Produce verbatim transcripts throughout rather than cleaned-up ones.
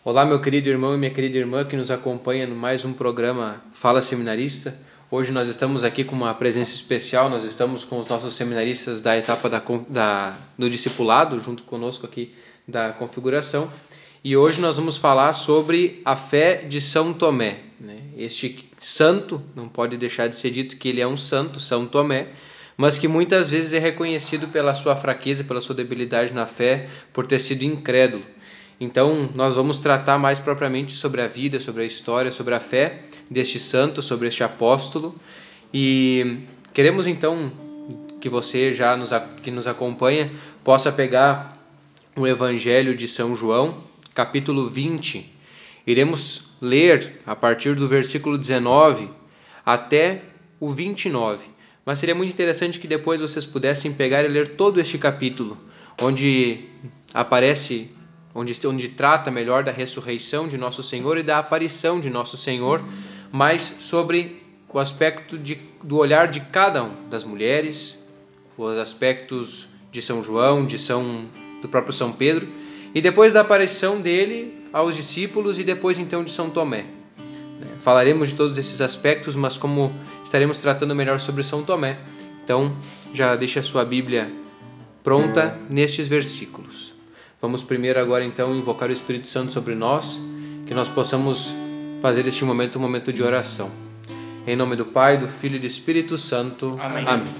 Olá, meu querido irmão e minha querida irmã que nos acompanha no mais um programa Fala Seminarista. Hoje nós estamos aqui com uma presença especial, nós estamos com os nossos seminaristas da etapa da, da, do discipulado, junto conosco aqui da configuração. E hoje nós vamos falar sobre a fé de São Tomé. Este santo, não pode deixar de ser dito que ele é um santo, São Tomé, mas que muitas vezes é reconhecido pela sua fraqueza, pela sua debilidade na fé, por ter sido incrédulo. Então, nós vamos tratar mais propriamente sobre a vida, sobre a história, sobre a fé deste santo, sobre este apóstolo. E queremos então que você já nos, que nos acompanha possa pegar o Evangelho de São João, capítulo vinte. Iremos ler a partir do versículo dezenove até o vinte e nove. Mas seria muito interessante que depois vocês pudessem pegar e ler todo este capítulo, onde aparece... Onde, onde trata melhor da ressurreição de Nosso Senhor e da aparição de Nosso Senhor, mas sobre o aspecto de, do olhar de cada um, das mulheres, os aspectos de São João, de São, do próprio São Pedro, e depois da aparição dele aos discípulos e depois então de São Tomé. Falaremos de todos esses aspectos, mas como estaremos tratando melhor sobre São Tomé, então já deixe a sua Bíblia pronta nestes versículos. Vamos primeiro agora então invocar o Espírito Santo sobre nós, que nós possamos fazer este momento um momento de oração. Em nome do Pai, do Filho e do Espírito Santo. Amém. Amém.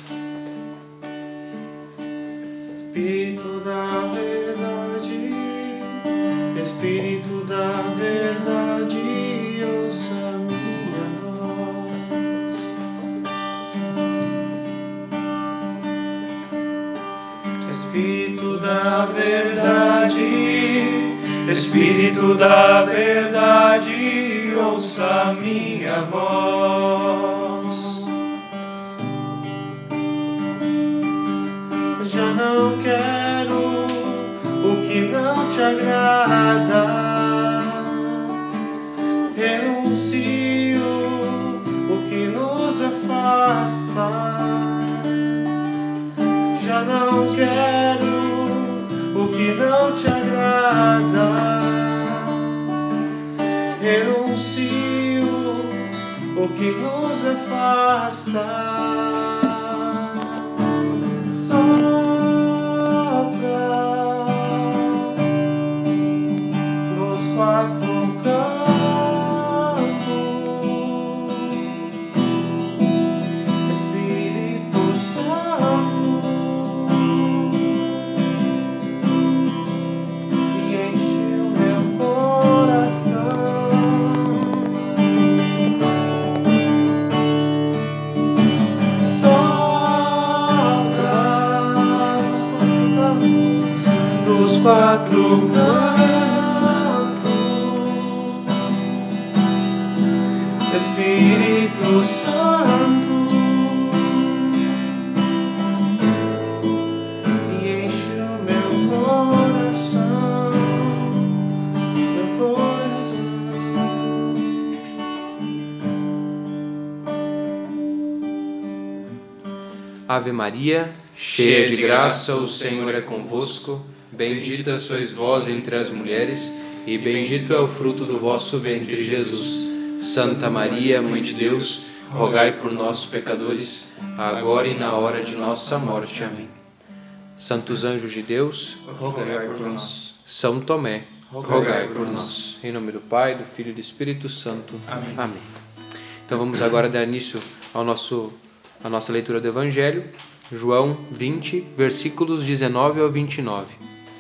Espírito da verdade, Espírito da verdade, ouça minha voz. Espírito da verdade, Espírito da verdade, ouça minha voz. Já não quero o que não te agrada, renuncio o que nos afasta. Já não quero o que não te agrada, renuncio o que nos afasta. Sopra nos quatro cantos, Espírito Santo, e enche o meu coração. Sopra nos quatro cantos, Espírito Santo, e enche o meu coração, meu coração. Ave Maria, cheia de graça, o Senhor é convosco. Bendita sois vós entre as mulheres, e bendito é o fruto do vosso ventre, Jesus. Santa Maria, Mãe de Deus, rogai por nós, pecadores, agora e na hora de nossa morte. Amém. Santos anjos de Deus, Rogai por nós. São Tomé, rogai por nós. Em nome do Pai, do Filho e do Espírito Santo. Amém. Amém. Então vamos agora dar início ao nosso, à nossa leitura do Evangelho, João vinte, versículos dezenove ao vinte e nove.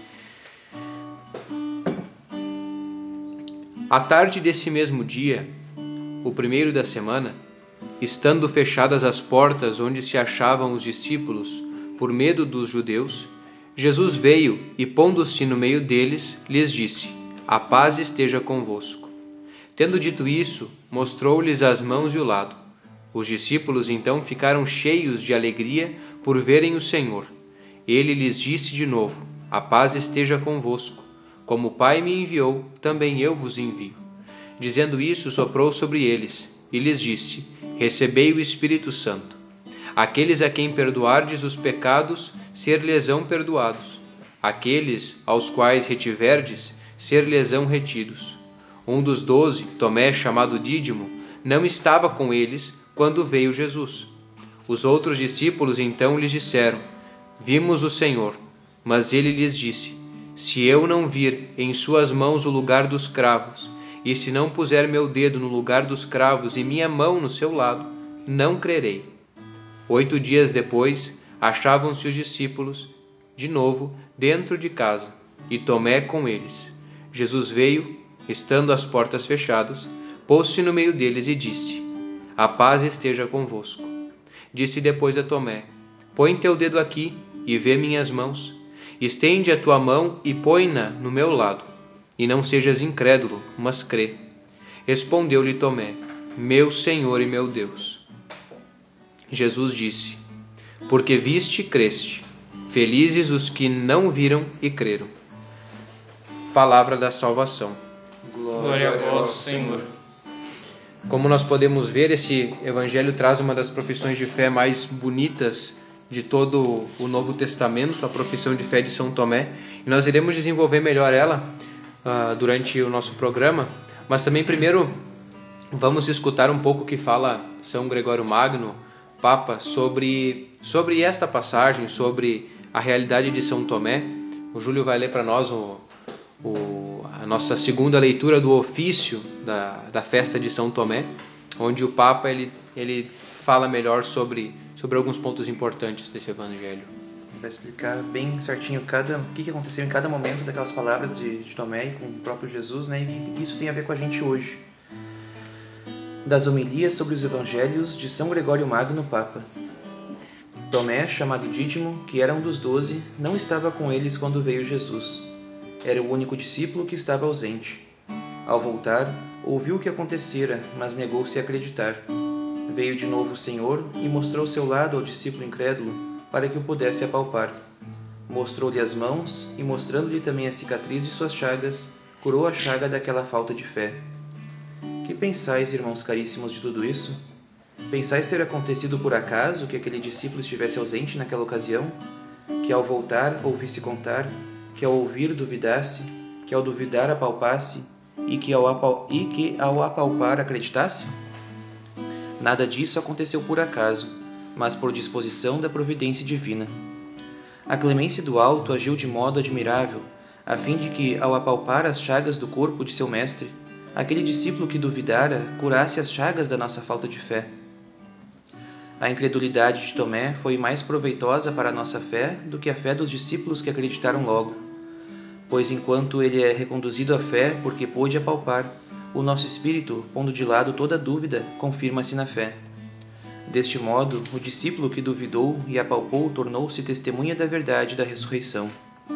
À tarde desse mesmo dia, o primeiro da semana, estando fechadas as portas onde se achavam os discípulos, por medo dos judeus, Jesus veio e, pondo-se no meio deles, lhes disse: A paz esteja convosco. Tendo dito isso, mostrou-lhes as mãos e o lado. Os discípulos então ficaram cheios de alegria por verem o Senhor. Ele lhes disse de novo: A paz esteja convosco. Como o Pai me enviou, também eu vos envio. Dizendo isso, soprou sobre eles e lhes disse: Recebei o Espírito Santo. Aqueles a quem perdoardes os pecados, ser-lhes-ão perdoados. Aqueles aos quais retiverdes, ser-lhes-ão retidos. Um dos doze, Tomé, chamado Dídimo, não estava com eles quando veio Jesus. Os outros discípulos então lhes disseram: Vimos o Senhor. Mas ele lhes disse: Se eu não vir em suas mãos o lugar dos cravos, e se não puser meu dedo no lugar dos cravos e minha mão no seu lado, não crerei. Oito dias depois, achavam-se os discípulos, de novo, dentro de casa, e Tomé com eles. Jesus veio, estando as portas fechadas, pôs-se no meio deles e disse: A paz esteja convosco. Disse depois a Tomé: Põe teu dedo aqui e vê minhas mãos. Estende a tua mão e põe-na no meu lado. E não sejas incrédulo, mas crê. Respondeu-lhe Tomé: Meu Senhor e meu Deus. Jesus disse: Porque viste e creste. Felizes os que não viram e creram. Palavra da salvação. Glória a vós, Senhor. Como nós podemos ver, esse evangelho traz uma das profissões de fé mais bonitas de todo o Novo Testamento, a profissão de fé de São Tomé. E nós iremos desenvolver melhor ela uh, durante o nosso programa. Mas também primeiro vamos escutar um pouco o que fala São Gregório Magno, Papa, sobre, sobre esta passagem, sobre a realidade de São Tomé. O Júlio vai ler para nós o, o, a nossa segunda leitura do ofício da, da festa de São Tomé, onde o Papa ele, ele fala melhor sobre, sobre alguns pontos importantes desse evangelho. Vai explicar bem certinho cada, o que aconteceu em cada momento daquelas palavras de, de Tomé e com o próprio Jesus, né? E que isso tem a ver com a gente hoje. Das homilias sobre os evangelhos de São Gregório Magno, Papa. Tomé, chamado Dídimo, que era um dos doze, não estava com eles quando veio Jesus. Era o único discípulo que estava ausente. Ao voltar, ouviu o que acontecera, mas negou-se a acreditar. Veio de novo o Senhor e mostrou seu lado ao discípulo incrédulo, para que o pudesse apalpar. Mostrou-lhe as mãos e, mostrando-lhe também a cicatriz de suas chagas, curou a chaga daquela falta de fé. Que pensais, irmãos caríssimos, de tudo isso? Pensais ter acontecido por acaso que aquele discípulo estivesse ausente naquela ocasião? Que ao voltar ouvisse contar? Que ao ouvir duvidasse? Que ao duvidar apalpasse? E que ao, apal... e que ao apalpar acreditasse? Nada disso aconteceu por acaso, mas por disposição da providência divina. A clemência do alto agiu de modo admirável, a fim de que, ao apalpar as chagas do corpo de seu mestre, aquele discípulo que duvidara curasse as chagas da nossa falta de fé. A incredulidade de Tomé foi mais proveitosa para a nossa fé do que a fé dos discípulos que acreditaram logo, pois enquanto ele é reconduzido à fé porque pôde apalpar, o nosso espírito, pondo de lado toda dúvida, confirma-se na fé. Deste modo, o discípulo que duvidou e apalpou tornou-se testemunha da verdade da ressurreição.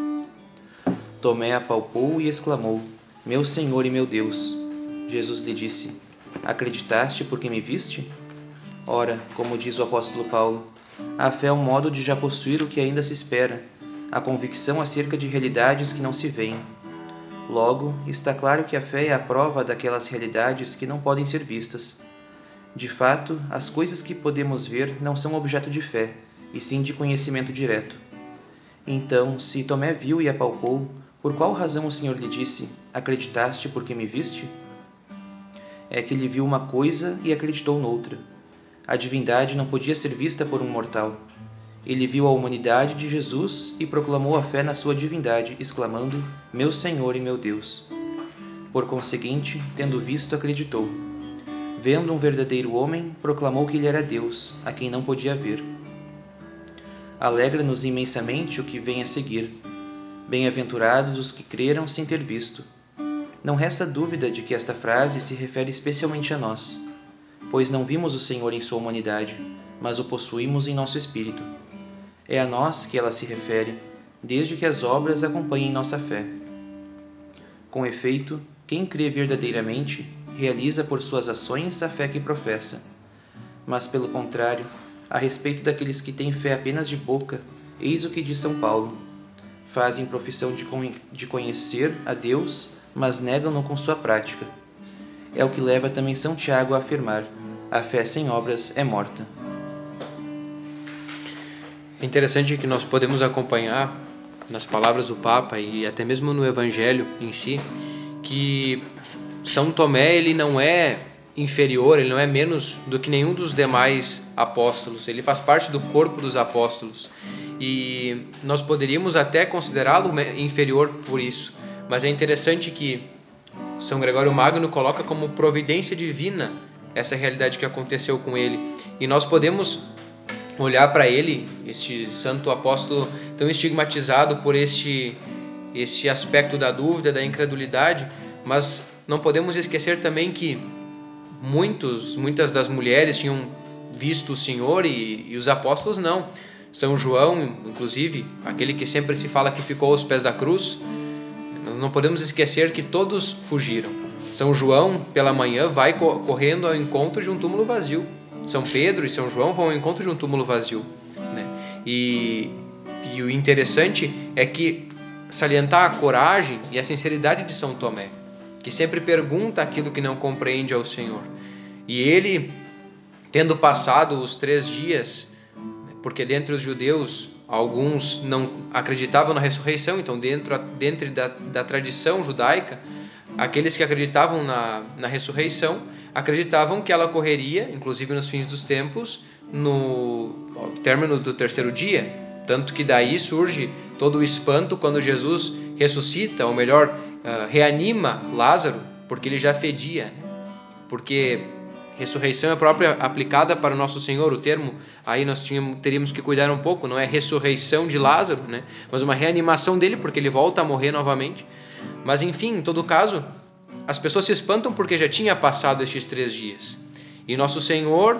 Tomé apalpou e exclamou: Meu Senhor e meu Deus! Jesus lhe disse: Acreditaste porque me viste? Ora, como diz o apóstolo Paulo, a fé é um modo de já possuir o que ainda se espera, a convicção acerca de realidades que não se veem. Logo, está claro que a fé é a prova daquelas realidades que não podem ser vistas. De fato, as coisas que podemos ver não são objeto de fé, e sim de conhecimento direto. Então, se Tomé viu e apalpou, por qual razão o Senhor lhe disse: Acreditaste porque me viste? É que ele viu uma coisa e acreditou noutra. A divindade não podia ser vista por um mortal. Ele viu a humanidade de Jesus e proclamou a fé na sua divindade, exclamando: Meu Senhor e meu Deus. Por conseguinte, tendo visto, acreditou. Vendo um verdadeiro homem, proclamou que ele era Deus, a quem não podia ver. Alegra-nos imensamente o que vem a seguir. Bem-aventurados os que creram sem ter visto. Não resta dúvida de que esta frase se refere especialmente a nós, pois não vimos o Senhor em sua humanidade, mas o possuímos em nosso espírito. É a nós que ela se refere, desde que as obras acompanhem nossa fé. Com efeito, quem crê verdadeiramente, realiza por suas ações a fé que professa. Mas, pelo contrário, a respeito daqueles que têm fé apenas de boca, eis o que diz São Paulo: fazem profissão de, con- de conhecer a Deus, mas negam-no com sua prática. É o que leva também São Tiago a afirmar: a fé sem obras é morta. É interessante que nós podemos acompanhar nas palavras do Papa e até mesmo no Evangelho em si, que São Tomé ele não é inferior, ele não é menos do que nenhum dos demais apóstolos, ele faz parte do corpo dos apóstolos e nós poderíamos até considerá-lo inferior por isso, mas é interessante que São Gregório Magno coloca como providência divina essa realidade que aconteceu com ele, e nós podemos olhar para ele, este santo apóstolo tão estigmatizado por este, este aspecto da dúvida, da incredulidade, mas não podemos esquecer também que muitos, muitas das mulheres tinham visto o Senhor e, e os apóstolos não. São João, inclusive, aquele que sempre se fala que ficou aos pés da cruz, nós não podemos esquecer que todos fugiram. São João, pela manhã, vai correndo ao encontro de um túmulo vazio. São Pedro e São João vão ao encontro de um túmulo vazio, né? E, e o interessante é que salientar a coragem e a sinceridade de São Tomé, que sempre pergunta aquilo que não compreende ao Senhor. E ele, tendo passado os três dias, porque dentre os judeus alguns não acreditavam na ressurreição, então dentro, dentro da, da tradição judaica, aqueles que acreditavam na, na ressurreição acreditavam que ela ocorreria, inclusive nos fins dos tempos, no término do terceiro dia. Tanto que daí surge todo o espanto quando Jesus ressuscita, ou melhor, uh, reanima Lázaro, porque ele já fedia, né? Porque ressurreição é própria aplicada para o nosso Senhor, o termo, aí nós tínhamos, teríamos que cuidar um pouco, não é ressurreição de Lázaro, né? Mas uma reanimação dele, porque ele volta a morrer novamente. Mas enfim, em todo caso, as pessoas se espantam porque já tinha passado estes três dias. E nosso Senhor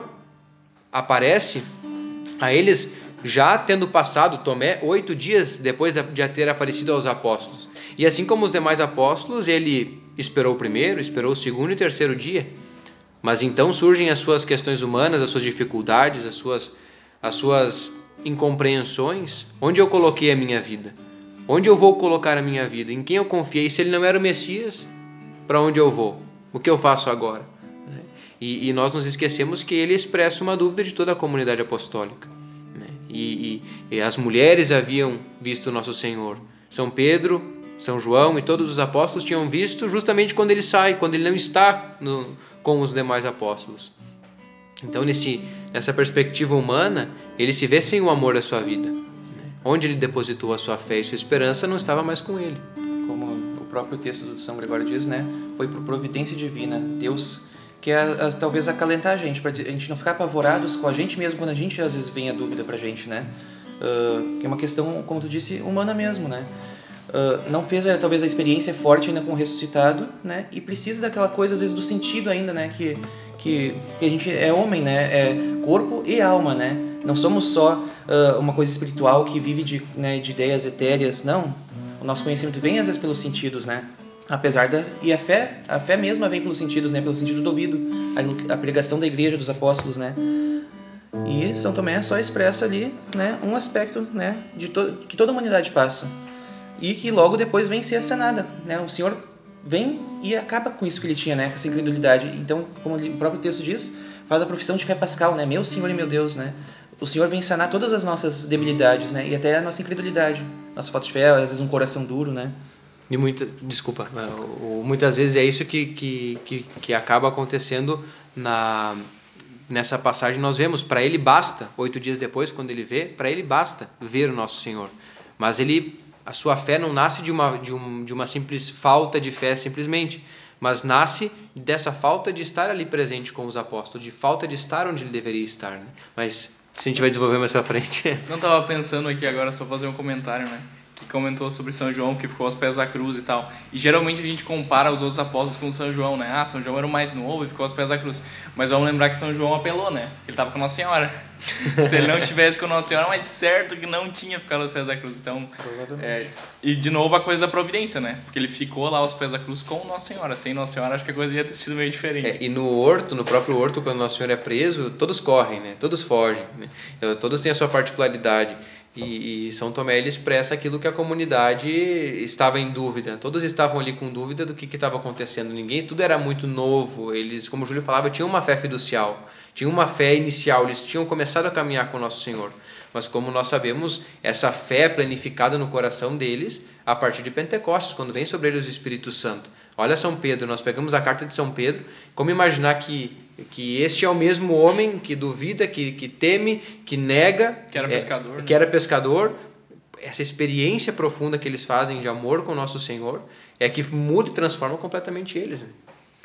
aparece a eles já tendo passado, Tomé, oito dias depois de ter aparecido aos apóstolos. E assim como os demais apóstolos, ele esperou o primeiro, esperou o segundo e terceiro dia. Mas então surgem as suas questões humanas, as suas dificuldades, as suas, as suas incompreensões. Onde eu coloquei a minha vida? Onde eu vou colocar a minha vida? Em quem eu confiei? Se ele não era o Messias, para onde eu vou? O que eu faço agora? E, e nós nos esquecemos que ele expressa uma dúvida de toda a comunidade apostólica. E, e, e as mulheres haviam visto o nosso Senhor. São Pedro, São João e todos os apóstolos tinham visto justamente quando ele sai, quando ele não está no, com os demais apóstolos. Então, nesse, nessa perspectiva humana, ele se vê sem o amor da sua vida. Onde ele depositou a sua fé e sua esperança não estava mais com ele. Como o próprio texto do São Gregório diz, né? Foi por providência divina. Deus quer a, a, talvez acalentar a gente, para a gente não ficar apavorados com a gente mesmo quando a gente às vezes vem a dúvida para a gente, né? Uh, que é uma questão, como tu disse, humana mesmo, né? Uh, não fez a, talvez a experiência forte ainda com o ressuscitado, né? E precisa daquela coisa às vezes do sentido ainda, né? Que, que, que a gente é homem, né? É corpo e alma, né? Não somos só uh, uma coisa espiritual que vive de, né, de ideias etéreas, não. O nosso conhecimento vem às vezes pelos sentidos, né? Apesar da... E a fé, a fé mesma vem pelos sentidos, né? Pelo sentido do ouvido. A, a pregação da igreja, dos apóstolos, né? E São Tomé só expressa ali, né, um aspecto, né, de to- que toda a humanidade passa. E que logo depois vem ser sanada, né? O Senhor vem e acaba com isso que ele tinha, né? Com essa incredulidade. Então, como o próprio texto diz, faz a profissão de fé pascal, né? Meu Senhor e meu Deus, né? O Senhor vem sanar todas as nossas debilidades, né? E até a nossa incredulidade, nossa falta de fé, às vezes um coração duro, né? E muita, desculpa, muitas vezes é isso que, que, que, que acaba acontecendo na, nessa passagem. Nós vemos, para ele basta, oito dias depois, quando ele vê, para ele basta ver o nosso Senhor. Mas ele, a sua fé não nasce de uma, de, um, de uma simples falta de fé, simplesmente, mas nasce dessa falta de estar ali presente com os apóstolos, de falta de estar onde ele deveria estar, né? Mas isso a gente vai desenvolver mais pra frente. Não estava pensando aqui agora, só fazer um comentário, né? Que comentou sobre São João, que ficou aos pés da cruz e tal. E geralmente a gente compara os outros apóstolos com São João, né? Ah, São João era o mais novo e ficou aos pés da cruz. Mas vamos lembrar que São João apelou, né? Ele estava com Nossa Senhora. Se ele não tivesse com Nossa Senhora, mas certo que não tinha ficado aos pés da cruz. Então, é, e de novo a coisa da providência, né? Porque ele ficou lá aos pés da cruz com Nossa Senhora. Sem Nossa Senhora, acho que a coisa ia ter sido meio diferente. É, e no horto, no próprio horto, quando Nosso Senhor é preso, todos correm, né? Todos fogem, né? Todos têm a sua particularidade. E, e São Tomé ele expressa aquilo que a comunidade estava em dúvida. Todos estavam ali com dúvida do que estava acontecendo. Ninguém, tudo era muito novo. Eles, como o Júlio falava, tinham uma fé fiducial, tinham uma fé inicial. Eles tinham começado a caminhar com o Nosso Senhor. mas como nós sabemos, essa fé é planificada no coração deles a partir de Pentecostes, quando vem sobre eles o Espírito Santo. Olha São Pedro, nós pegamos a carta de São Pedro, como imaginar que, que este é o mesmo homem que duvida, que, que teme, que nega, Que era é, pescador. que né? era pescador. Essa experiência profunda que eles fazem de amor com o nosso Senhor é que muda e transforma completamente eles. Né?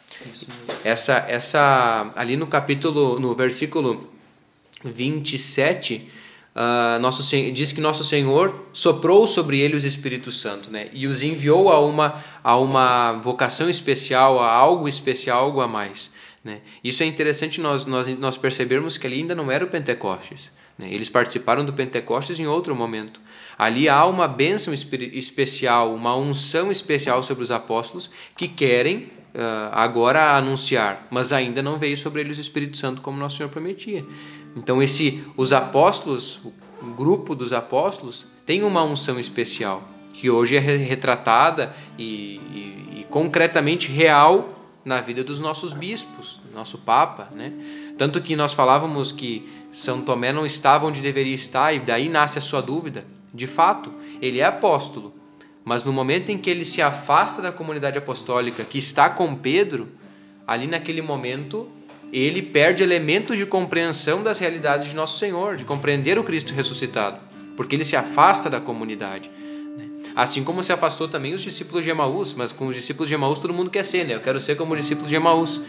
Essa, essa, ali no capítulo, no versículo vinte e sete, uh, nosso, diz que nosso Senhor soprou sobre eles o Espírito Santo, né? E os enviou a uma, a uma vocação especial, a algo especial, algo a mais. Né? Isso é interessante nós, nós, nós percebermos que ali ainda não era o Pentecostes. Né? Eles participaram do Pentecostes em outro momento. Ali há uma bênção especial, uma unção especial sobre os apóstolos que querem uh, agora anunciar, mas ainda não veio sobre eles o Espírito Santo como nosso Senhor prometia. Então esse, os apóstolos, o grupo dos apóstolos tem uma unção especial que hoje é retratada e, e, e concretamente real na vida dos nossos bispos, do nosso Papa, né? Tanto que nós falávamos que São Tomé não estava onde deveria estar e daí nasce a sua dúvida. De fato, ele é apóstolo, mas no momento em que ele se afasta da comunidade apostólica que está com Pedro, ali naquele momento ele perde elementos de compreensão das realidades de Nosso Senhor, de compreender o Cristo ressuscitado, porque ele se afasta da comunidade. Assim como se afastou também os discípulos de Emaús, mas com os discípulos de Emaús todo mundo quer ser, né? Eu quero ser como os discípulos de Emaús.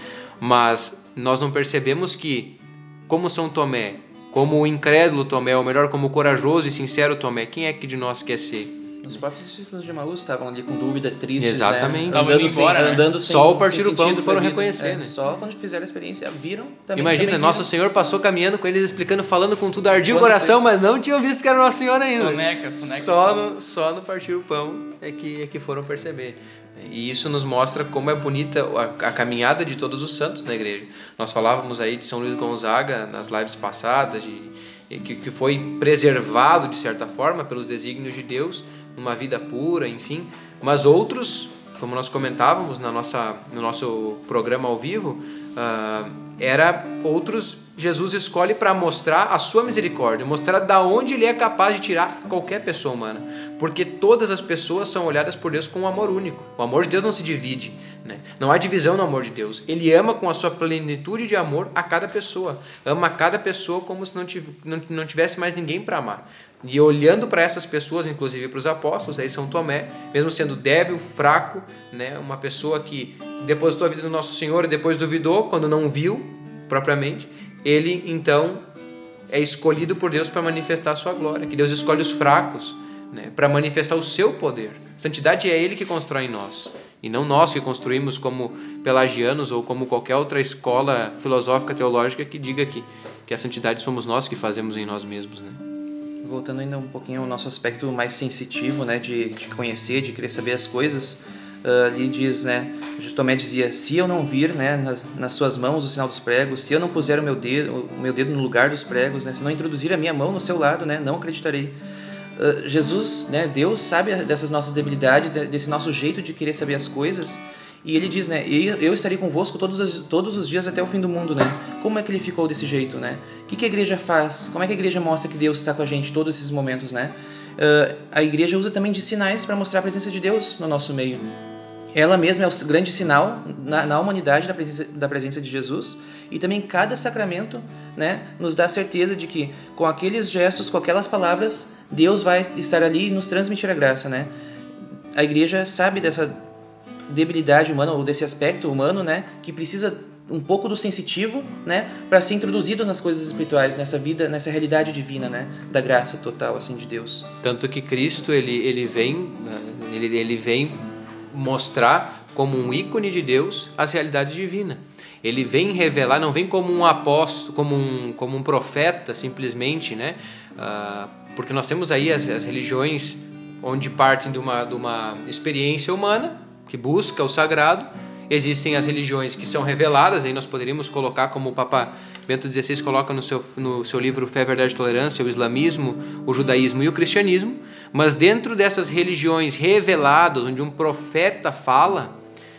Mas nós não percebemos que, como São Tomé, como o incrédulo Tomé, ou melhor, como o corajoso e sincero Tomé, quem é que de nós quer ser? Os próprios discípulos de Emaús estavam ali com dúvida, tristes, Exatamente. né? Estavam indo embora, sem, né? andando sem, Só ao partir sem do pão sentido foram pra vida. reconhecer, É, né? Só quando fizeram a experiência, viram também. Imagina, também Nosso viram. Senhor passou caminhando com eles, explicando, falando com tudo, ardia o Quando coração, foi? mas não tinham visto que era Nosso Senhor ainda. Soneca, soneca. Só no, só no partir o pão é que, é que foram perceber. E isso nos mostra como é bonita a, a caminhada de todos os santos na igreja. Nós falávamos aí de São Luís Gonzaga nas lives passadas, de, que, que foi preservado de certa forma pelos desígnios de Deus, numa vida pura, enfim. Mas outros, como nós comentávamos na nossa, no nosso programa ao vivo, uh, era outros Jesus escolhe para mostrar a sua misericórdia, mostrar da onde ele é capaz de tirar qualquer pessoa humana, porque todas as pessoas são olhadas por Deus com um amor único. O amor de Deus não se divide, né? Não há divisão no amor de Deus. Ele ama com a sua plenitude de amor a cada pessoa, ama a cada pessoa como se não tivesse mais ninguém para amar. E olhando para essas pessoas, inclusive para os apóstolos, aí São Tomé, mesmo sendo débil, fraco, né, uma pessoa que depositou a vida no Nosso Senhor e depois duvidou quando não viu propriamente, ele então é escolhido por Deus para manifestar a sua glória, que Deus escolhe os fracos, né, para manifestar o seu poder. Santidade é Ele que constrói em nós, e não nós que construímos como pelagianos ou como qualquer outra escola filosófica, teológica que diga que, que a santidade somos nós que fazemos em nós mesmos, né? Voltando ainda um pouquinho ao nosso aspecto mais sensitivo, né, de, de conhecer, de querer saber as coisas, uh, ali diz, né, Tomé dizia, se eu não vir, né, nas, nas suas mãos o sinal dos pregos, se eu não puser o meu dedo, o meu dedo no lugar dos pregos, né, se não introduzir a minha mão no seu lado, né, não acreditarei. Uh, Jesus, né, Deus sabe dessas nossas debilidades, desse nosso jeito de querer saber as coisas, e ele diz, né, eu estarei convosco todos os, todos os dias até o fim do mundo, né? Como é que ele ficou desse jeito, né? O que, que a igreja faz? Como é que a igreja mostra que Deus está com a gente todos esses momentos, né? Uh, a igreja usa também de sinais para mostrar a presença de Deus no nosso meio. Ela mesma é o grande sinal na, na humanidade da presença, da presença de Jesus, e também cada sacramento, né, nos dá a certeza de que com aqueles gestos, com aquelas palavras, Deus vai estar ali e nos transmitir a graça, né? A igreja sabe dessa debilidade humana, ou desse aspecto humano, né, que precisa um pouco do sensitivo, né, para ser introduzido nas coisas espirituais, nessa vida, nessa realidade divina, né, da graça total assim de Deus. Tanto que Cristo ele ele vem ele ele vem mostrar como um ícone de Deus as realidades divinas. Ele vem revelar, não vem como um apóstolo, como um como um profeta simplesmente, né? Uh, porque nós temos aí as, as religiões onde partem de uma de uma experiência humana que busca o sagrado. Existem as religiões que são reveladas, aí nós poderíamos colocar, como o Papa Bento dezesseis coloca no seu, no seu livro Fé, Verdade e Tolerância, o islamismo, o judaísmo e o cristianismo. Mas dentro dessas religiões reveladas, onde um profeta fala,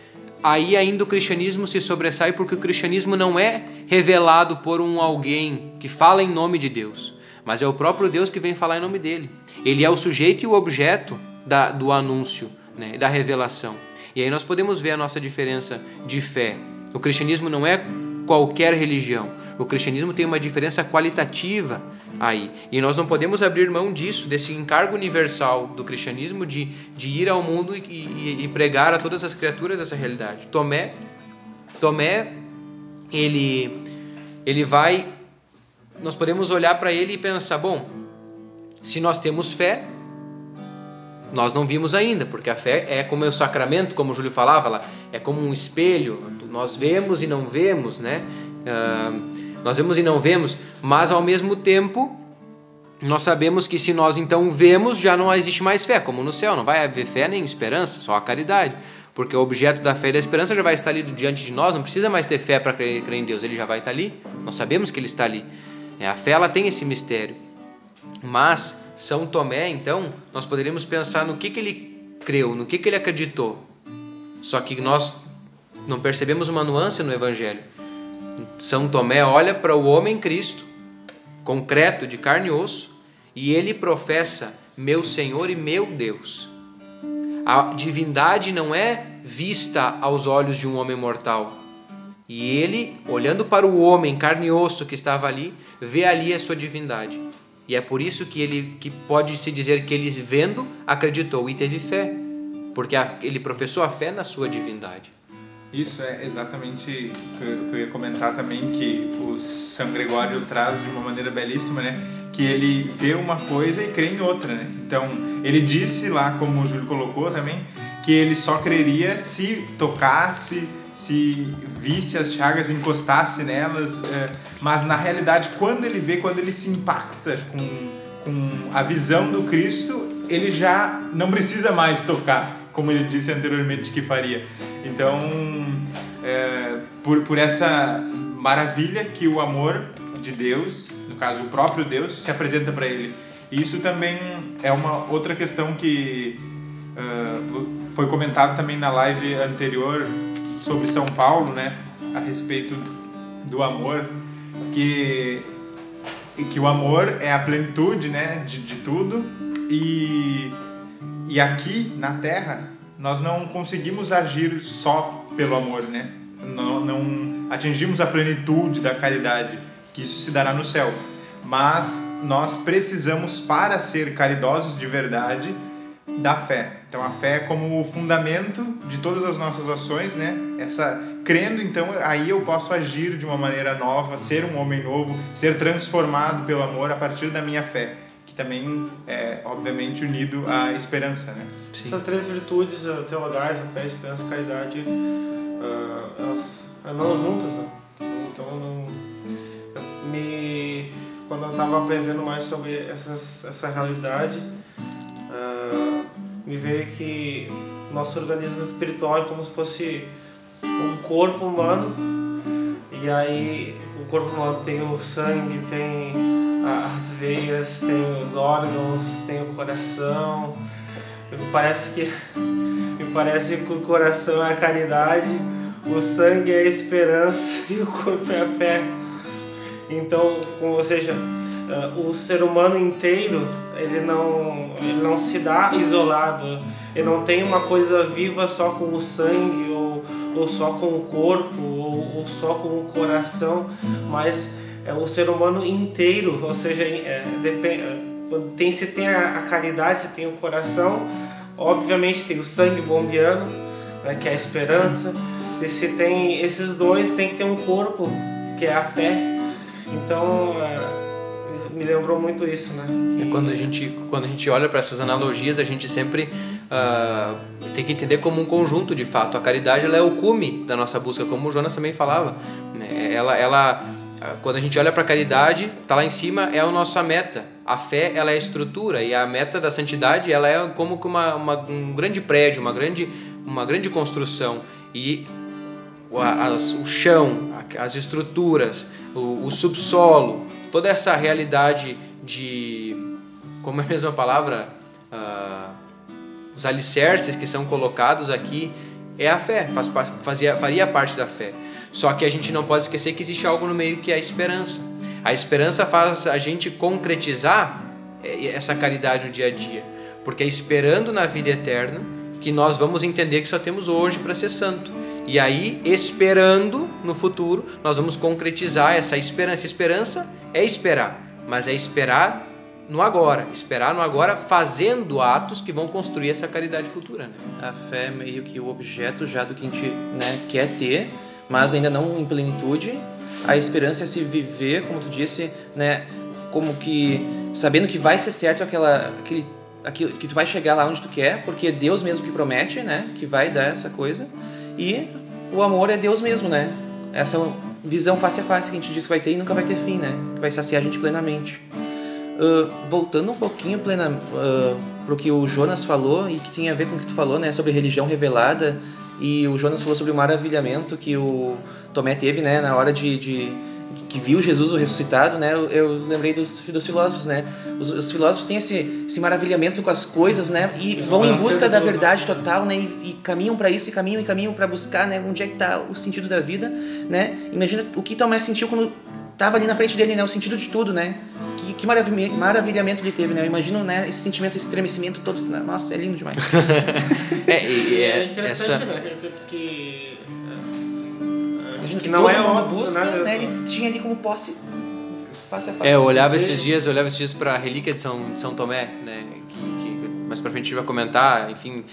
aí ainda o cristianismo se sobressai, porque o cristianismo não é revelado por um alguém que fala em nome de Deus, mas é o próprio Deus que vem falar em nome dele. Ele é o sujeito e o objeto da, do anúncio, né, da revelação. E aí nós podemos ver a nossa diferença de fé. O cristianismo não é qualquer religião. O cristianismo tem uma diferença qualitativa aí. E nós não podemos abrir mão disso, desse encargo universal do cristianismo de, de ir ao mundo e, e, e pregar a todas as criaturas essa realidade. Tomé, Tomé ele, ele vai... Nós podemos olhar para ele e pensar, bom, se nós temos fé, nós não vimos ainda, porque a fé é como o sacramento, como o Júlio falava lá, é como um espelho, nós vemos e não vemos, né? Uh, nós vemos e não vemos, mas ao mesmo tempo, nós sabemos que se nós então vemos, já não existe mais fé, como no céu, não vai haver fé nem esperança, só a caridade, porque o objeto da fé e da esperança já vai estar ali diante de nós, não precisa mais ter fé para crer, crer em Deus, ele já vai estar ali, nós sabemos que ele está ali. É, a fé ela tem esse mistério, mas São Tomé, então, nós poderíamos pensar no que, que ele creu, no que, que ele acreditou, só que nós não percebemos uma nuance no Evangelho. São Tomé olha para o homem Cristo, concreto, de carne e osso, e ele professa, meu Senhor e meu Deus. A divindade não é vista aos olhos de um homem mortal. E ele, olhando para o homem, carne e osso que estava ali, vê ali a sua divindade. E é por isso que ele que pode se dizer que ele, vendo, acreditou e teve fé. Porque a, ele professou a fé na sua divindade. Isso é exatamente o que eu ia comentar também, que o São Gregório traz de uma maneira belíssima, né? Que ele vê uma coisa e crê em outra, né? Então, ele disse lá, como o Júlio colocou também, que ele só creria se tocasse, se visse as chagas, encostasse nelas, mas na realidade, quando ele vê, quando ele se impacta com, com a visão do Cristo, ele já não precisa mais tocar, como ele disse anteriormente que faria. Então, é, por, por essa maravilha que o amor de Deus, no caso o próprio Deus, se apresenta para ele. E isso também é uma outra questão que uh, foi comentado também na live anterior sobre São Paulo, né, a respeito do amor, que, que o amor é a plenitude, né, de, de tudo, e, e aqui na Terra nós não conseguimos agir só pelo amor, né? Não, não atingimos a plenitude da caridade, que isso se dará no céu. Mas nós precisamos, para ser caridosos de verdade, da fé. Então a fé é como o fundamento de todas as nossas ações, né? Essa, crendo, então, aí eu posso agir de uma maneira nova, ser um homem novo, ser transformado pelo amor a partir da minha fé, que também é, obviamente, unido à esperança, né? Sim. Essas três virtudes uh, teologais, a fé, a esperança e a caridade, uh, elas andam juntas, né? Então, não, eu me, quando eu estava aprendendo mais sobre essas, essa realidade, uh, me veio que nosso organismo espiritual é como se fosse um corpo humano, e aí o corpo humano tem o sangue, tem as veias, tem os órgãos, tem o coração. Me parece que, me parece que o coração é a caridade, o sangue é a esperança e o corpo é a fé. Então, ou seja, o ser humano inteiro, ele não, ele não se dá isolado, ele não tem uma coisa viva só com o sangue, ou, ou só com o corpo, ou, ou só com o coração, mas é o ser humano inteiro, ou seja, é, depende, tem, se tem a, a caridade, se tem o coração, obviamente tem o sangue bombeando, né, que é a esperança, e se tem esses dois, tem que ter um corpo, que é a fé. Então, é, me lembrou muito isso, né? E quando a gente, quando a gente olha para essas analogias, a gente sempre uh, tem que entender como um conjunto, de fato. A caridade, ela é o cume da nossa busca, como o Jonas também falava, né? Ela, ela, quando a gente olha para a caridade, tá lá em cima, é a nossa meta. A fé, ela é a estrutura, e a meta da santidade, ela é como uma, uma, um grande prédio, uma grande, uma grande construção. E as, o chão, as estruturas, o, o subsolo, toda essa realidade de, como é a mesma palavra, uh, os alicerces que são colocados aqui, é a fé, faz, fazia, faria parte da fé. Só que a gente não pode esquecer que existe algo no meio, que é a esperança. A esperança faz a gente concretizar essa caridade no dia a dia, porque é esperando na vida eterna que nós vamos entender que só temos hoje para ser santo. E aí, esperando no futuro, nós vamos concretizar essa esperança. Esperança é esperar, mas é esperar no agora, esperar no agora fazendo atos que vão construir essa caridade futura, né? A fé é meio que o objeto já do que a gente, né, quer ter, mas ainda não em plenitude. A esperança é se viver, como tu disse, né, como que sabendo que vai ser certo aquela, aquele, aquilo, que tu vai chegar lá onde tu quer, porque é Deus mesmo que promete, né, que vai dar essa coisa. E o amor é Deus mesmo, né? Essa visão face a face que a gente diz que vai ter e nunca vai ter fim, né? Que vai saciar a gente plenamente. Uh, voltando um pouquinho plena, uh, pro que o Jonas falou e que tem a ver com o que tu falou, né? Sobre religião revelada. E o Jonas falou sobre o maravilhamento que o Tomé teve, né? Na hora de... de que viu Jesus o ressuscitado, né? Eu, eu lembrei dos, dos filósofos, né? Os, os filósofos têm esse, esse maravilhamento com as coisas, né? E vão em busca da verdade total, né? E, e caminham para isso, e caminham e caminham para buscar, né? Onde é que está o sentido da vida, né? Imagina o que Tomé sentiu quando estava ali na frente dele, né? O sentido de tudo, né? Que, que maravilhamento, maravilhamento ele teve, né? Eu imagino, né? Esse sentimento, esse estremecimento todo. Nossa, é lindo demais. é, e, é, é interessante, essa... né? Que... Imagina que, que não todo é mundo óbvio, busca, né? né? Ele tinha ali como posse face a face. É, eu olhava esses dias, eu olhava esses dias para a relíquia de São, de São Tomé, né? Que, que mais para frente a gente vai comentar, enfim,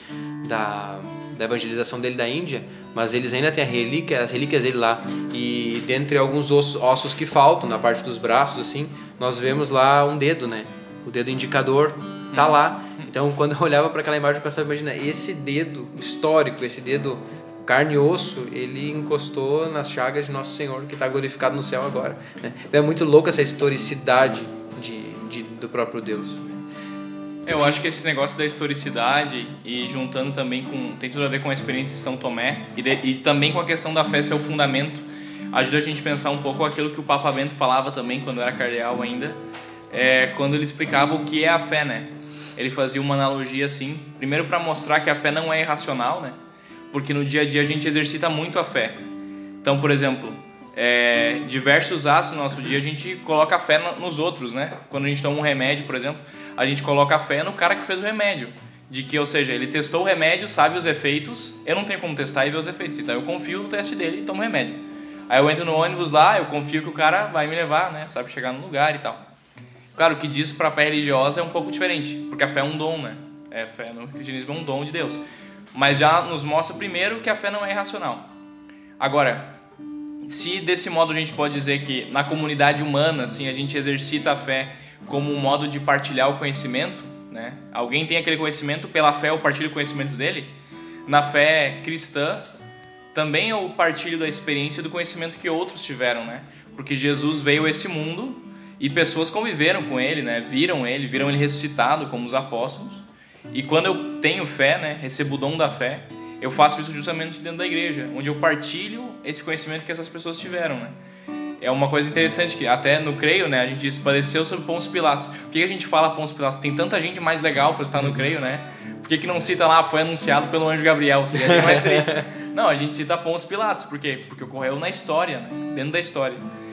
da, da evangelização dele da Índia, mas eles ainda têm a relíquia, as relíquias dele lá. E dentre alguns ossos, ossos que faltam na parte dos braços, assim, nós vemos lá um dedo, né? O dedo indicador tá lá. Então, quando eu olhava para aquela imagem, eu pensava, imagina, esse dedo histórico, esse dedo carne e osso, ele encostou nas chagas de Nosso Senhor, que está glorificado no céu agora, né? Então é muito louco essa historicidade de, de, do próprio Deus, né? Eu acho que esse negócio da historicidade e juntando também com... tem tudo a ver com a experiência de São Tomé e, de, e também com a questão da fé ser o fundamento, ajuda a gente a pensar um pouco aquilo que o Papa Bento falava também quando era cardeal ainda, é, quando ele explicava o que é a fé, né? Ele fazia uma analogia assim, primeiro para mostrar que a fé não é irracional, né? Porque no dia a dia a gente exercita muito a fé. Então, por exemplo, é, diversos atos no nosso dia a gente coloca a fé nos outros, né? Quando a gente toma um remédio, por exemplo, a gente coloca a fé no cara que fez o remédio. De que, ou seja, ele testou o remédio, sabe os efeitos, eu não tenho como testar e ver os efeitos, então eu confio no teste dele e tomo o remédio. Aí eu entro no ônibus lá, eu confio que o cara vai me levar, né? Sabe chegar no lugar e tal. Claro, o que diz para a fé religiosa é um pouco diferente, porque a fé é um dom, né? É, fé no cristianismo é um dom de Deus. Mas já nos mostra primeiro que a fé não é irracional. Agora, se desse modo a gente pode dizer que na comunidade humana, assim, a gente exercita a fé como um modo de partilhar o conhecimento, né? Alguém tem aquele conhecimento, pela fé eu partilho o conhecimento dele. Na fé cristã, também eu partilho da experiência do conhecimento que outros tiveram, né? Porque Jesus veio a esse mundo e pessoas conviveram com ele, né? Viram ele, viram ele ressuscitado como os apóstolos. E quando eu tenho fé, né, recebo o dom da fé, eu faço isso justamente dentro da igreja, onde eu partilho esse conhecimento que essas pessoas tiveram, né? É uma coisa interessante que até no Creio, né, a gente diz, padeceu sobre Pôncio Pilatos. Por que a gente fala Pôncio Pilatos? Tem tanta gente mais legal para estar no Creio, né? Por que que não cita lá, foi anunciado pelo anjo Gabriel? Seria bem mais seria. Não, a gente cita Pôncio Pilatos. Por quê? Porque ocorreu na história, né? Dentro da história.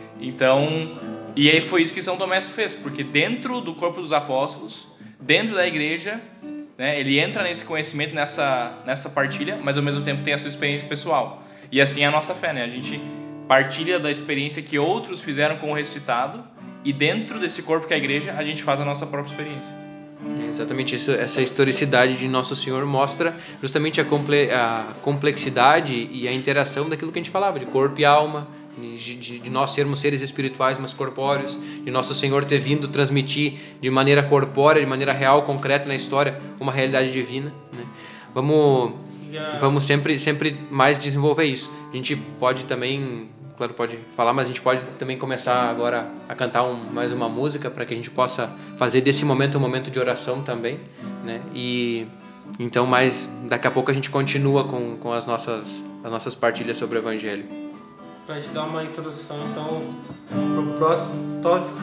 Então, e aí foi isso que São Tomé fez, porque dentro do corpo dos apóstolos, dentro da igreja, né, ele entra nesse conhecimento, nessa, nessa partilha, mas ao mesmo tempo tem a sua experiência pessoal. E assim é a nossa fé, né? A gente partilha da experiência que outros fizeram com o ressuscitado e dentro desse corpo que é a igreja, a gente faz a nossa própria experiência. É exatamente isso. Essa historicidade de Nosso Senhor mostra justamente a, comple- a complexidade e a interação daquilo que a gente falava, de corpo e alma, de, de, de nós sermos seres espirituais, mas corpóreos, de Nosso Senhor ter vindo transmitir de maneira corpórea, de maneira real, concreta na história, uma realidade divina, né? Vamos, vamos sempre, sempre mais desenvolver isso. A gente pode também, claro, pode falar, mas a gente pode também começar agora a cantar um, mais uma música para que a gente possa fazer desse momento um momento de oração também, né? E então, mais daqui a pouco a gente continua com, com as, nossas, as nossas partilhas sobre o Evangelho. Para te dar uma introdução, então, para o próximo tópico,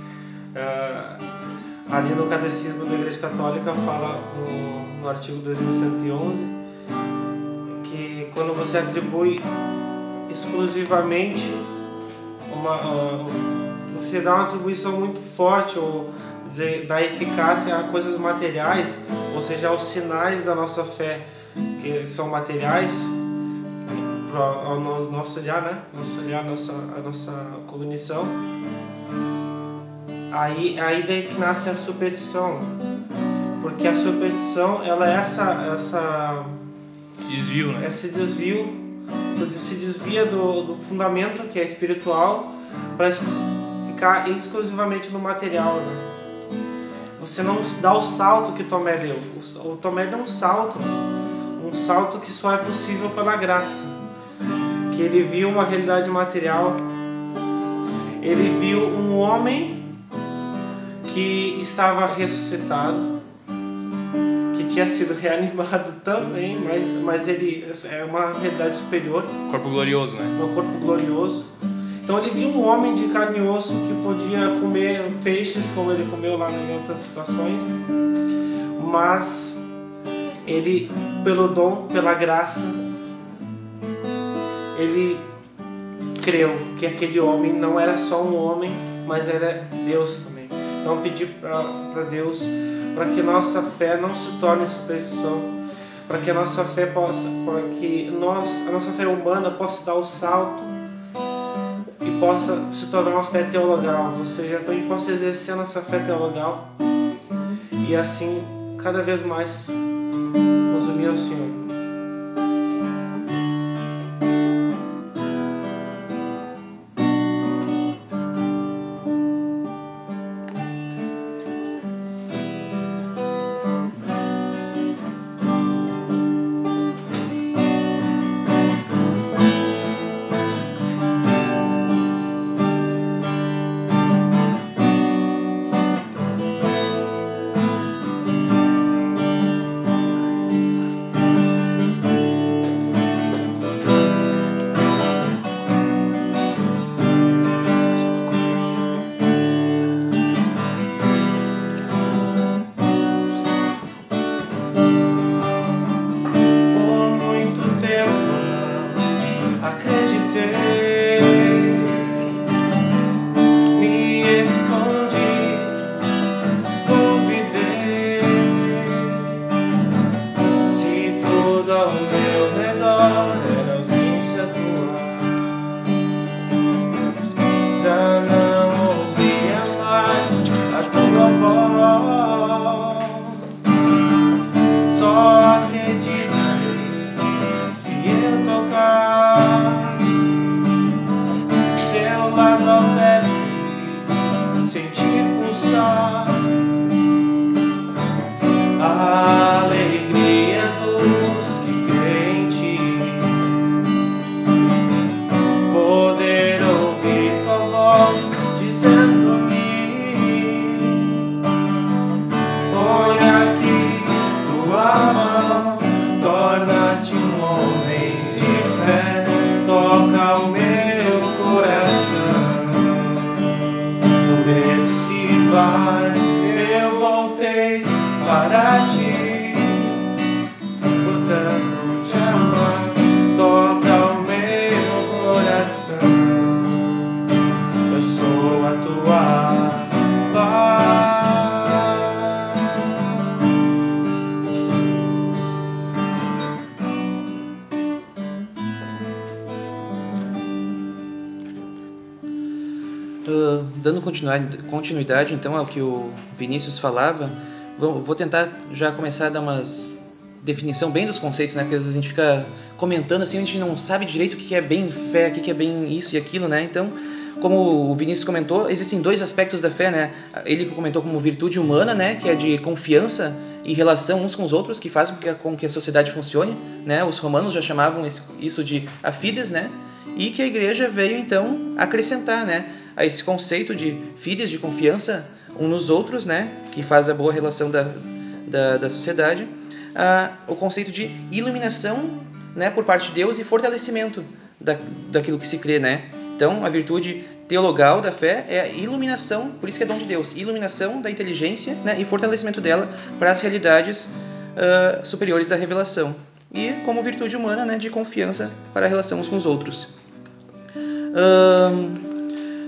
uh, ali no Catecismo da Igreja Católica fala no, no artigo dois mil cento e onze que quando você atribui exclusivamente uma, uh, você dá uma atribuição muito forte ou de, da eficácia a coisas materiais, ou seja, aos sinais da nossa fé, que são materiais, para ao nosso olhar, né? Nosso olhar, nossa, a nossa cognição. Aí, aí daí que nasce a superstição, porque a superstição, ela é essa, essa Se desvio, né? esse desvio, se desvia do, do fundamento que é espiritual para ficar exclusivamente no material, né? Você não dá o salto que Tomé deu. O, o Tomé deu um salto, um salto que só é possível pela graça, que ele viu uma realidade material, ele viu um homem que estava ressuscitado, que tinha sido reanimado também, mas, mas ele é uma realidade superior. Corpo glorioso, né? Um corpo glorioso. Então ele viu um homem de carne e osso que podia comer peixes, como ele comeu lá em outras situações, mas ele, pelo dom, pela graça, ele creu que aquele homem não era só um homem, mas era Deus também. Então pedir para Deus para que nossa fé não se torne superstição, para que a nossa fé possa, para que nós, a nossa fé humana possa dar o salto e possa se tornar uma fé teologal, ou seja, para que possa exercer a nossa fé teologal e assim cada vez mais nos unir ao Senhor. Uh, dando continuidade, continuidade então ao que o Vinícius falava, vou, vou tentar já começar a dar umas definição bem dos conceitos, né? Porque às vezes a gente fica comentando assim, a gente não sabe direito o que é bem fé, o que é bem isso e aquilo, né? Então, como o Vinícius comentou, existem dois aspectos da fé, né? Ele comentou como virtude humana, né? Que é de confiança e relação uns com os outros, que faz com que a, com que a sociedade funcione, né? Os romanos já chamavam isso de a fides, né? E que a igreja veio então acrescentar, né? A esse conceito de fides, de confiança uns nos outros, né? Que faz a boa relação da, da, da sociedade. Ah, o conceito de iluminação, né? Por parte de Deus e fortalecimento da, daquilo que se crê, né? Então, a virtude teologal da fé é a iluminação, por isso que é dom de Deus, iluminação da inteligência, né? E fortalecimento dela para as realidades uh, superiores da revelação. E como virtude humana, né? De confiança para a relação uns com os outros. Uh,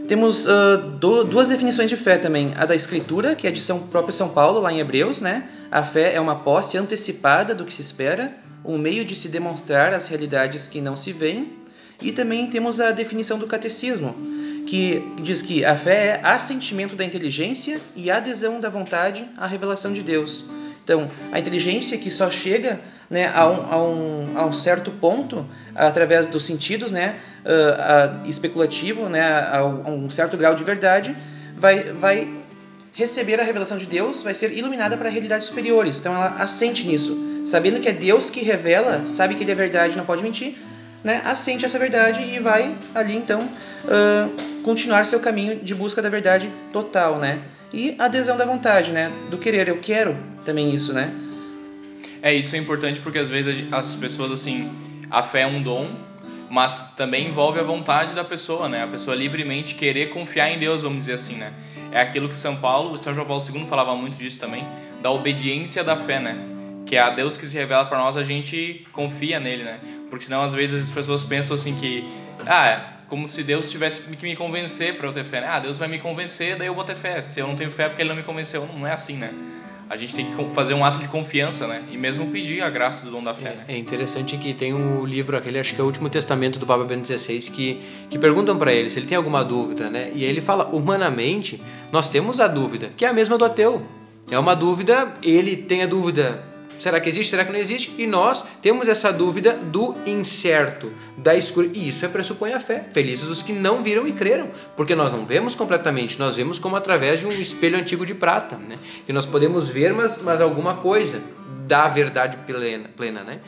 Temos uh, do, duas definições de fé também. A da Escritura, que é de São, próprio São Paulo, lá em Hebreus, né? A fé é uma posse antecipada do que se espera, um meio de se demonstrar as realidades que não se veem. E também temos a definição do Catecismo, que diz que a fé é assentimento da inteligência e adesão da vontade à revelação de Deus. Então, a inteligência que só chega, né, a, um, a, um, a um certo ponto, através dos sentidos, né, uh, uh, especulativo, né, a, a um certo grau de verdade, vai, vai receber a revelação de Deus, vai ser iluminada para realidades superiores. Então, ela assente nisso, sabendo que é Deus que revela, sabe que Ele é verdade, não pode mentir, né, assente essa verdade e vai ali, então, uh, continuar seu caminho de busca da verdade total, né? E adesão da vontade, né? Do querer, eu quero também isso, né? É, isso é importante porque às vezes as pessoas, assim, a fé é um dom, mas também envolve a vontade da pessoa, né? A pessoa livremente querer confiar em Deus, vamos dizer assim, né? É aquilo que São Paulo, São João Paulo segundo falava muito disso também, da obediência da fé, né? Que é a Deus que se revela para nós, a gente confia nele, né? Porque senão às vezes as pessoas pensam assim que, ah, como se Deus tivesse que me convencer para eu ter fé, né? Ah, Deus vai me convencer, daí eu vou ter fé. Se eu não tenho fé é porque Ele não me convenceu. Não é assim, né? A gente tem que fazer um ato de confiança, né? E mesmo pedir a graça do dom da fé, né? É interessante que tem um livro, aquele, acho que é o Último Testamento do Papa Bento dezesseis, que, que perguntam para ele se ele tem alguma dúvida, né? E aí ele fala, humanamente, nós temos a dúvida, que é a mesma do ateu. É uma dúvida, ele tem a dúvida, será que existe, será que não existe? E nós temos essa dúvida do incerto, da escuridão. E isso é pressupõe a fé. Felizes os que não viram e creram, porque nós não vemos completamente, nós vemos como através de um espelho antigo de prata, né? Que nós podemos ver, mas, mas alguma coisa da verdade plena, plena, né?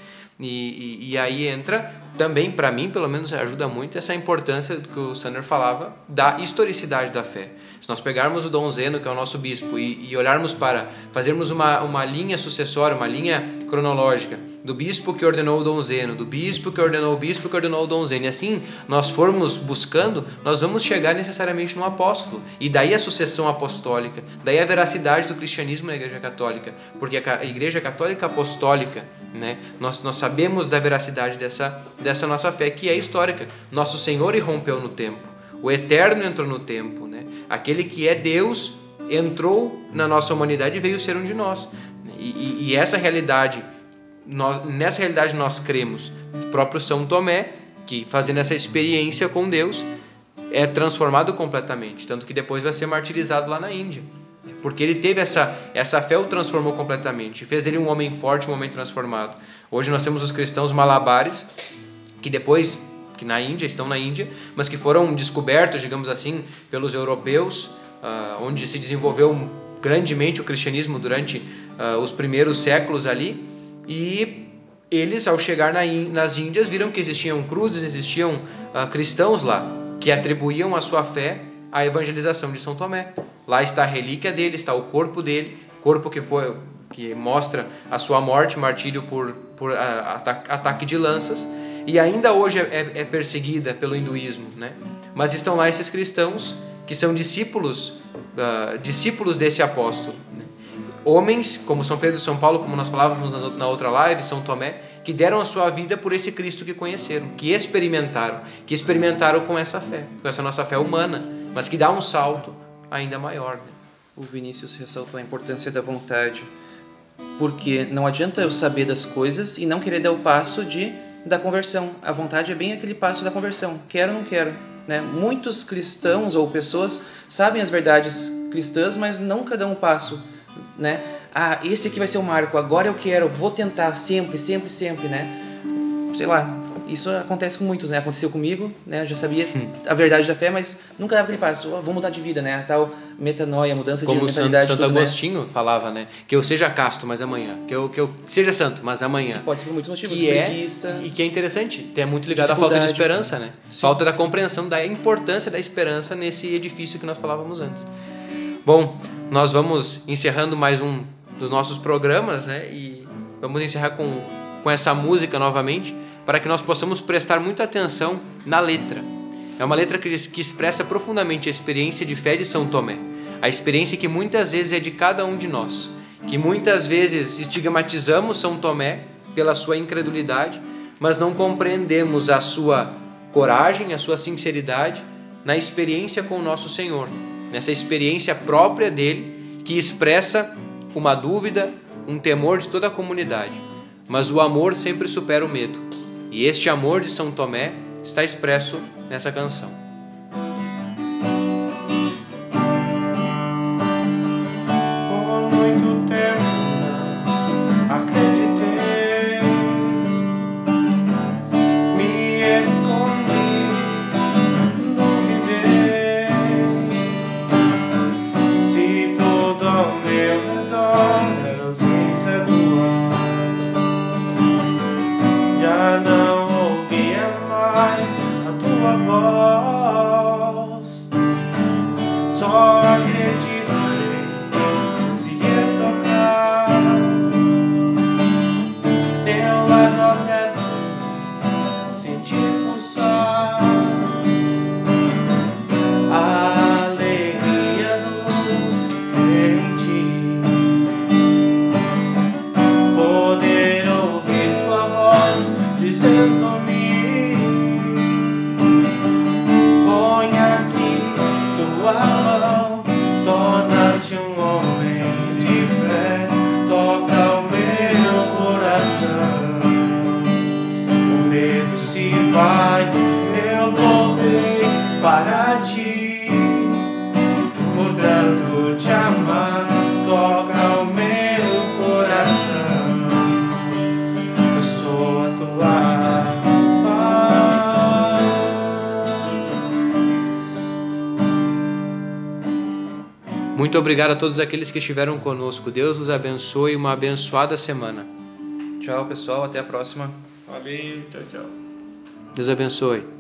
E, e, e aí entra também, para mim, pelo menos ajuda muito essa importância que o Sander falava da historicidade da fé. Se nós pegarmos o Dom Zeno, que é o nosso bispo, e, e olharmos para fazermos uma, uma linha sucessória, uma linha cronológica do bispo que ordenou o Dom Zeno, do bispo que ordenou o bispo que ordenou o Dom Zeno, e assim nós formos buscando, nós vamos chegar necessariamente no apóstolo, e daí a sucessão apostólica, daí a veracidade do cristianismo na Igreja Católica, porque a Igreja Católica Apostólica, né, nós, nós sabemos da veracidade dessa, dessa nossa fé, que é histórica. Nosso Senhor irrompeu no tempo, o Eterno entrou no tempo, né? Aquele que é Deus entrou na nossa humanidade e veio ser um de nós, e, e, e essa realidade, nós, nessa realidade nós cremos. O próprio São Tomé, que fazendo essa experiência com Deus, é transformado completamente, tanto que depois vai ser martirizado lá na Índia, porque ele teve essa, essa fé, o transformou completamente, fez ele um homem forte, um homem transformado. Hoje nós temos os cristãos malabares, que depois, que na Índia, estão na Índia, mas que foram descobertos, digamos assim, pelos europeus, uh, onde se desenvolveu grandemente o cristianismo durante uh, os primeiros séculos ali, e eles, ao chegar na, nas Índias, viram que existiam cruzes, existiam uh, cristãos lá, que atribuíam a sua fé à evangelização de São Tomé. Lá está a relíquia dele, está o corpo dele, corpo que foi, que mostra a sua morte, martírio por, por uh, ataque, ataque de lanças, e ainda hoje é, é perseguida pelo hinduísmo, né? Mas estão lá esses cristãos que são discípulos, uh, discípulos desse apóstolo, né? Homens como São Pedro e São Paulo, como nós falávamos na outra live, São Tomé, que deram a sua vida por esse Cristo que conheceram, que experimentaram, que experimentaram com essa fé, com essa nossa fé humana, mas que dá um salto ainda maior, né? O Vinícius ressaltou a importância da vontade, porque não adianta eu saber das coisas e não querer dar o passo de, da conversão. A vontade é bem aquele passo da conversão, quero ou não quero, né? Muitos cristãos ou pessoas sabem as verdades cristãs, mas nunca dão um passo, né? Ah, esse aqui vai ser o marco, agora eu quero, vou tentar sempre, sempre, sempre, né? Sei lá, isso acontece com muitos, né? Aconteceu comigo, né? Eu já sabia a verdade da fé, mas nunca dava aquele passo, oh, vou mudar de vida, né? A tal metanoia, mudança como de mentalidade. Como Santo tudo, Agostinho, né, falava, né? Que eu seja casto, mas amanhã. Que eu, que eu seja santo, mas amanhã. E pode ser por muitos motivos, que preguiça. É, e que é interessante, é muito ligado à falta de esperança, né? Sim. Falta da compreensão da importância da esperança nesse edifício que nós falávamos antes. Bom, nós vamos encerrando mais um dos nossos programas, né? E vamos encerrar com, com essa música novamente, para que nós possamos prestar muita atenção na letra. É uma letra que, que expressa profundamente a experiência de fé de São Tomé, a experiência que muitas vezes é de cada um de nós, que muitas vezes estigmatizamos São Tomé pela sua incredulidade, mas não compreendemos a sua coragem, a sua sinceridade na experiência com o nosso Senhor, nessa experiência própria dele, que expressa uma dúvida, um temor de toda a comunidade. Mas o amor sempre supera o medo. E este amor de São Tomé está expresso nessa canção. Por muito tempo acreditei, me escondi, duvidei. Se tudo ao meu redor era ausência tua, já não ouvia mais a tua voz. Só acreditarei se eu tocar teu lado aberto, sentir pulsar a alegria dos que creem em ti, poder ouvir tua voz dizendo-me: põe aqui tua mão, torna-te um homem de fé, toca o meu coração. O medo se vai, eu voltei para ti, mudando te amar, toca o meu coração. Eu sou a tua paz. Muito obrigado a todos aqueles que estiveram conosco. Deus os abençoe e uma abençoada semana. Tchau, pessoal. Até a próxima. Valeu, tchau, tchau. Deus abençoe.